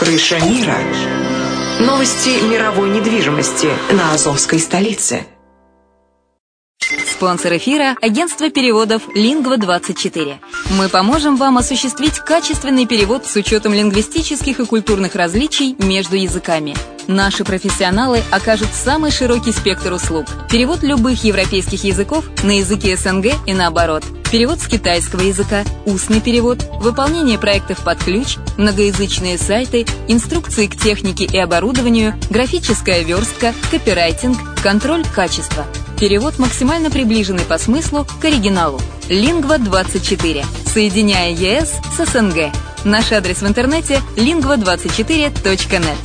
Крыша мира. Новости мировой недвижимости на Азовской столице. Спонсор эфира – агентство переводов Lingva24. Мы поможем вам осуществить качественный перевод с учетом лингвистических и культурных различий между языками. Наши профессионалы окажут самый широкий спектр услуг. Перевод любых европейских языков на языки СНГ и наоборот. Перевод с китайского языка, устный перевод, выполнение проектов под ключ, многоязычные сайты, инструкции к технике и оборудованию, графическая верстка, копирайтинг, контроль качества. Перевод максимально приближенный по смыслу к оригиналу. Lingva24. Соединяя ЕС с СНГ. Наш адрес в интернете lingva24.net.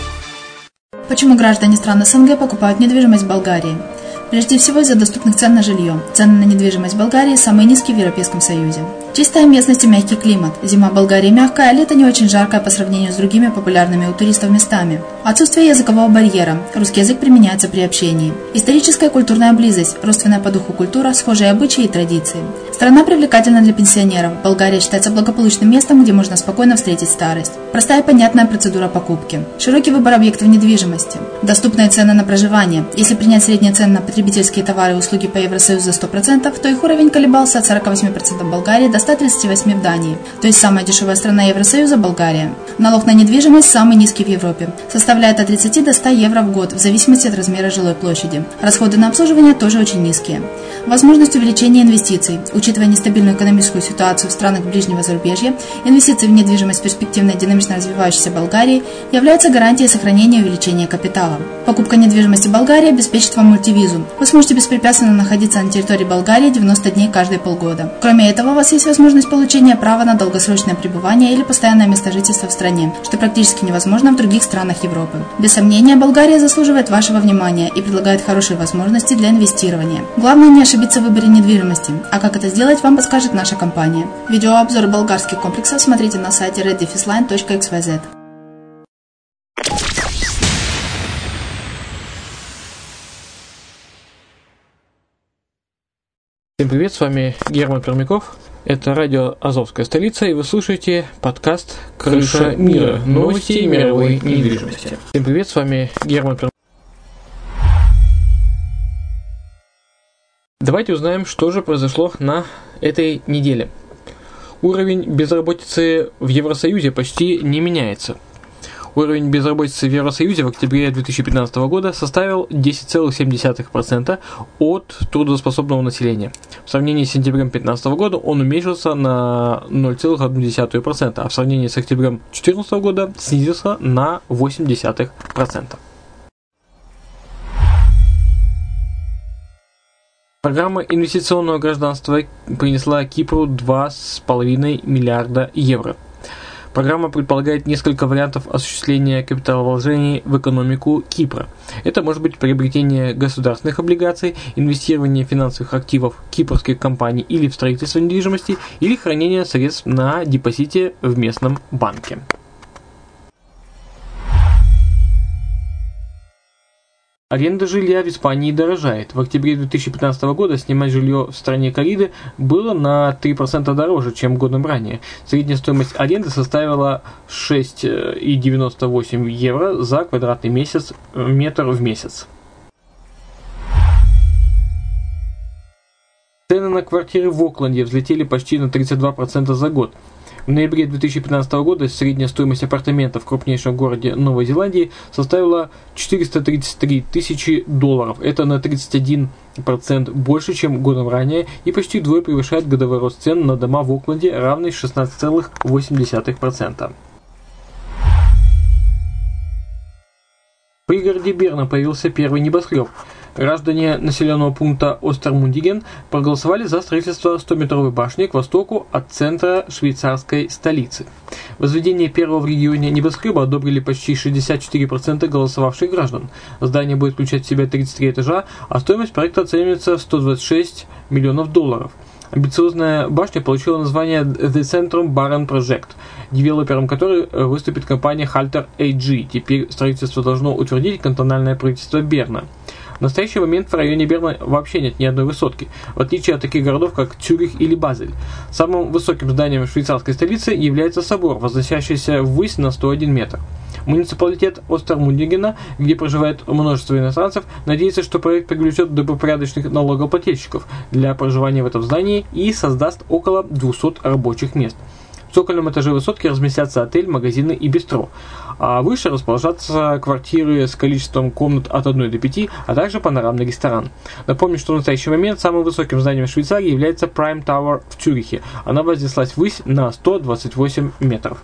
Почему граждане стран СНГ покупают недвижимость в Болгарии? Прежде всего из-за доступных цен на жилье. Цены на недвижимость в Болгарии самые низкие в Европейском Союзе. Чистая местность и мягкий климат. Зима в Болгарии мягкая, а лето не очень жаркое по сравнению с другими популярными у туристов местами. Отсутствие языкового барьера. Русский язык применяется при общении. Историческая и культурная близость. Родственная по духу культура, схожие обычаи и традиции. Страна привлекательна для пенсионеров. Болгария считается благополучным местом, где можно спокойно встретить старость. Простая и понятная процедура покупки. Широкий выбор объектов недвижимости. Доступные цены на проживание. Если принять средние цены на потребительские товары и услуги по Евросоюзу за 100%, то их уровень колебался от 48% в Болгарии до 138% в Дании. То есть самая дешевая страна Евросоюза – Болгария. Налог на недвижимость самый низкий в Европе. Составляет от 30 до 100 евро в год, в зависимости от размера жилой площади. Расходы на обслуживание тоже очень низкие. Возможность увеличения инвестиций. Учитывая нестабильную экономическую ситуацию в странах ближнего зарубежья, инвестиции в недвижимость в перспективной динамично развивающейся Болгарии являются гарантией сохранения и увеличения капитала. Покупка недвижимости в Болгарии обеспечит вам мультивизу. Вы сможете беспрепятственно находиться на территории Болгарии 90 дней каждые полгода. Кроме этого, у вас есть возможность получения права на долгосрочное пребывание или постоянное место жительства в стране, что практически невозможно в других странах Европы. Без сомнения, Болгария заслуживает вашего внимания и предлагает хорошие возможности для инвестирования. Главное не ошибиться в выборе недвижимости, а как это сделать, вам подскажет наша компания. Видеообзор болгарских комплексов смотрите на сайте reddefisline.xyz. Всем привет, с вами Герман Пермяков. Это радио «Азовская столица», и вы слушаете подкаст «Крыша мира. Новости мировой недвижимости». Всем привет, с вами Герман Пермяков. Давайте узнаем, что же произошло на этой неделе. Уровень безработицы в Евросоюзе почти не меняется. Уровень безработицы в Евросоюзе в октябре 2015 года составил 10,7% от трудоспособного населения. В сравнении с сентябрем 2015 года он уменьшился на 0,1%, а в сравнении с октябрем 2014 года снизился на 0,8%. Программа инвестиционного гражданства принесла Кипру 2,5 миллиарда евро. Программа предполагает несколько вариантов осуществления капиталовложений в экономику Кипра. Это может быть приобретение государственных облигаций, инвестирование финансовых активов кипрских компаний или в строительство недвижимости, или хранение средств на депозите в местном банке. Аренда жилья в Испании дорожает. В октябре 2015 года снимать жилье в стране Карибы было на 3% дороже, чем годом ранее. Средняя стоимость аренды составила 6,98 евро за квадратный метр в месяц. Цены на квартиры в Окленде взлетели почти на 32% за год. В ноябре 2015 года средняя стоимость апартаментов в крупнейшем городе Новой Зеландии составила $433 тысячи. Это на 31% больше, чем годом ранее, и почти вдвое превышает годовой рост цен на дома в Окленде, равный 16,8%. В пригороде Берна появился первый небоскреб. Граждане населенного пункта Остермундиген проголосовали за строительство 100-метровой башни к востоку от центра швейцарской столицы. Возведение первого в регионе небоскреба одобрили почти 64% голосовавших граждан. Здание будет включать в себя 33 этажа, а стоимость проекта оценивается в $126 миллионов. Амбициозная башня получила название The Centrum Barron Project, девелопером которой выступит компания Halter AG. Теперь строительство должно утвердить кантональное правительство Берна. В настоящий момент в районе Берна вообще нет ни одной высотки, в отличие от таких городов, как Цюрих или Базель. Самым высоким зданием швейцарской столицы является собор, возносящийся ввысь на 101 метр. Муниципалитет Остермундигена, где проживает множество иностранцев, надеется, что проект привлечет добропорядочных налогоплательщиков для проживания в этом здании и создаст около 200 рабочих мест. В цокольном этаже высотки разместятся отель, магазины и бистро, а выше расположатся квартиры с количеством комнат от 1 до 5, а также панорамный ресторан. Напомню, что в настоящий момент самым высоким зданием Швейцарии является Prime Tower в Цюрихе. Она вознеслась ввысь на 128 метров.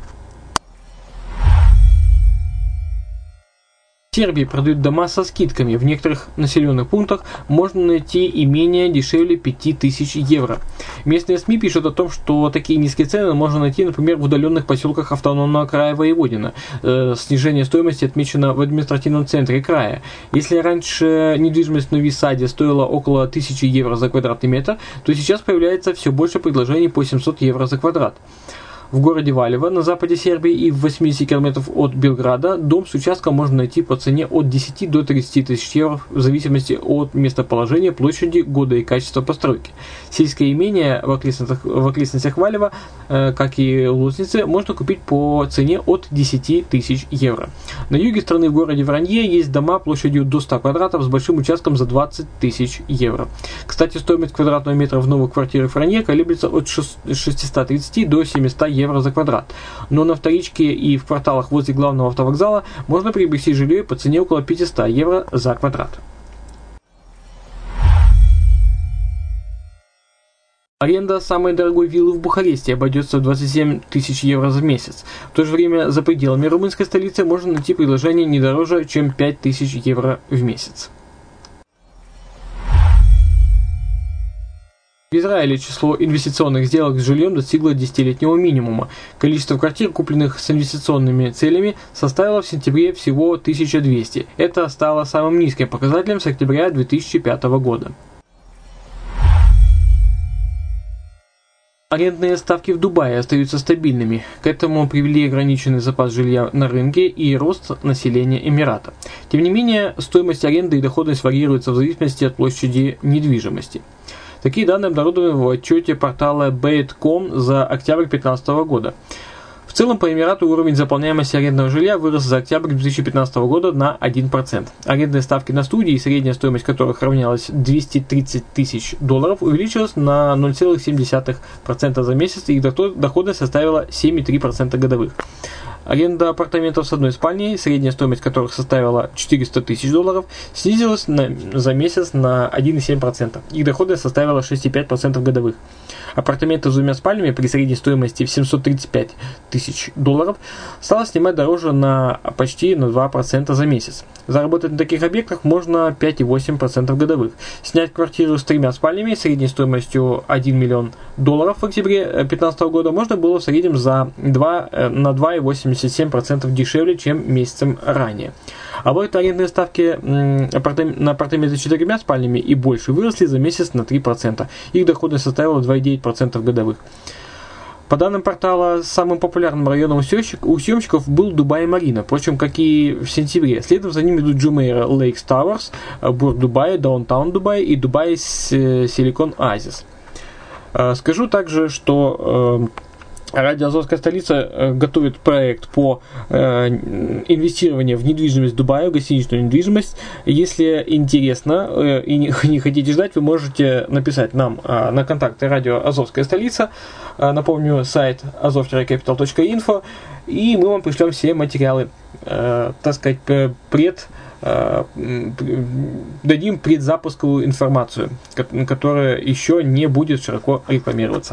В Сербии продают дома со скидками. В некоторых населенных пунктах можно найти имения дешевле 5000 евро. Местные СМИ пишут о том, что такие низкие цены можно найти, например, в удаленных поселках автономного края Воеводина. Снижение стоимости отмечено в административном центре края. Если раньше недвижимость в Нови Саде стоила около 1000 евро за квадратный метр, то сейчас появляется все больше предложений по 700 евро за квадрат. В городе Валево на западе Сербии и в 80 км от Белграда дом с участком можно найти по цене от 10 до 30 тысяч евро в зависимости от местоположения, площади, года и качества постройки. Сельское имение в окрестностях Валева, как и Лозницы, можно купить по цене от 10 тысяч евро. На юге страны в городе Вранье есть дома площадью до 100 квадратов с большим участком за 20 тысяч евро. Кстати, стоимость квадратного метра в новых квартирах в Вранье колеблется от 630 до 700 евро за квадрат. Но на вторичке и в кварталах возле главного автовокзала можно приобрести жилье по цене около 500 евро за квадрат. Аренда самой дорогой виллы в Бухаресте обойдется в 27 тысяч евро за месяц. В то же время за пределами румынской столицы можно найти предложение не дороже, чем 5000 евро в месяц. В Израиле число инвестиционных сделок с жильем достигло 10-летнего минимума. Количество квартир, купленных с инвестиционными целями, составило в сентябре всего 1200. Это стало самым низким показателем с октября 2005 года. Арендные ставки в Дубае остаются стабильными. К этому привели ограниченный запас жилья на рынке и рост населения Эмирата. Тем не менее, стоимость аренды и доходность варьируются в зависимости от площади недвижимости. Такие данные обнародованы в отчете портала Bait.com за октябрь 2015 года. В целом по Эмирату уровень заполняемости арендного жилья вырос за октябрь 2015 года на 1%. Арендные ставки на студии, средняя стоимость которых равнялась $230 тысяч, увеличилась на 0,7% за месяц, и их доходность составила 7,3% годовых. Аренда апартаментов с одной спальней, средняя стоимость которых составила $400 тысяч, снизилась за месяц на 1,7%. Их доходность составила 6,5% годовых. Апартаменты с двумя спальнями при средней стоимости в $735 тысяч стало снимать дороже почти на 2% за месяц. Заработать на таких объектах можно 5,8% годовых. Снять квартиру с 3 спальнями средней стоимостью $1 миллион в октябре 2015 года можно было в среднем на 2,87% дешевле, чем месяцем ранее. А вот арендные ставки на апартаменты с 4 спальнями и больше выросли за месяц на 3%. Их доходность составила 2,9% годовых. По данным портала, самым популярным районом у съемщиков был Дубай-Марина, впрочем, как и в сентябре. Следом за ним идут Джумейра Лейкс Тауэрс, Бург Дубай, Даунтаун Дубай и Дубай Силикон Оазис. Скажу также, что Радио «Азовская столица» готовит проект по инвестированию в недвижимость Дубая, гостиничную недвижимость. Если интересно и не хотите ждать, вы можете написать нам на контакты радио «Азовская столица». Напомню, сайт azov-capital.info, и мы вам пришлем все материалы, так сказать, дадим предзапусковую информацию, которая еще не будет широко рекламироваться.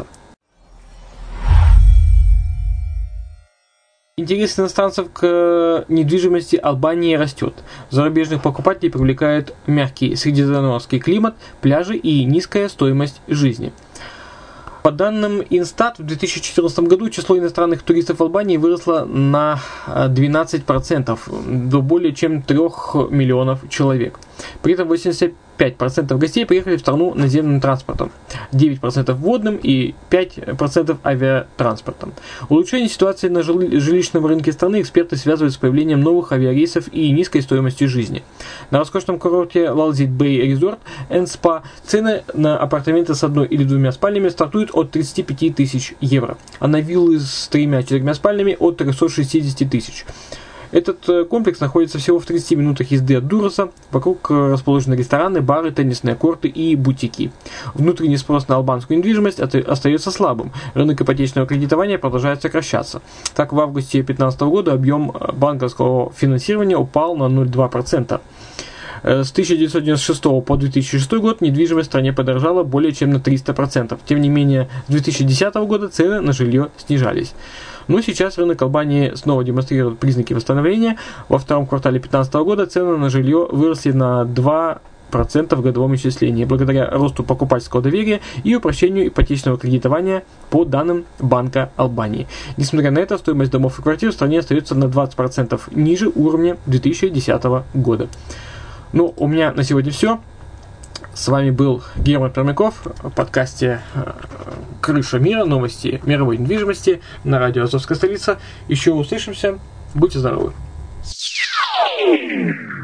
Интерес иностранцев к недвижимости Албании растет. Зарубежных покупателей привлекает мягкий средиземноморский климат, пляжи и низкая стоимость жизни. По данным Инстат, в 2014 году число иностранных туристов в Албании выросло на 12%, до более чем 3 миллионов человек. При этом 85% 5% гостей приехали в страну наземным транспортом, 9% водным и 5% авиатранспортом. Улучшение ситуации на жилищном рынке страны эксперты связывают с появлением новых авиарейсов и низкой стоимостью жизни. На роскошном курорте Lalzit Bay Resort and Spa цены на апартаменты с одной или двумя спальнями стартуют от 35 тысяч евро, а на виллы с 3-4 спальнями от 360 тысяч. Этот комплекс находится всего в 30 минутах езды от Дуроса. Вокруг расположены рестораны, бары, теннисные корты и бутики. Внутренний спрос на албанскую недвижимость остается слабым. Рынок ипотечного кредитования продолжает сокращаться. Так, в августе 2015 года объем банковского финансирования упал на 0,2%. С 1996 по 2006 год недвижимость в стране подорожала более чем на 300%. Тем не менее, с 2010 года цены на жилье снижались. Но сейчас рынок Албании снова демонстрирует признаки восстановления. Во втором квартале 2015 года цены на жилье выросли на 2% в годовом исчислении, благодаря росту покупательского доверия и упрощению ипотечного кредитования по данным Банка Албании. Несмотря на это, стоимость домов и квартир в стране остается на 20% ниже уровня 2010 года. Ну, у меня на сегодня все. С вами был Герман Пермяков в подкасте «Крыша мира. Новости мировой недвижимости» на радио «Азовская столица». Еще услышимся. Будьте здоровы.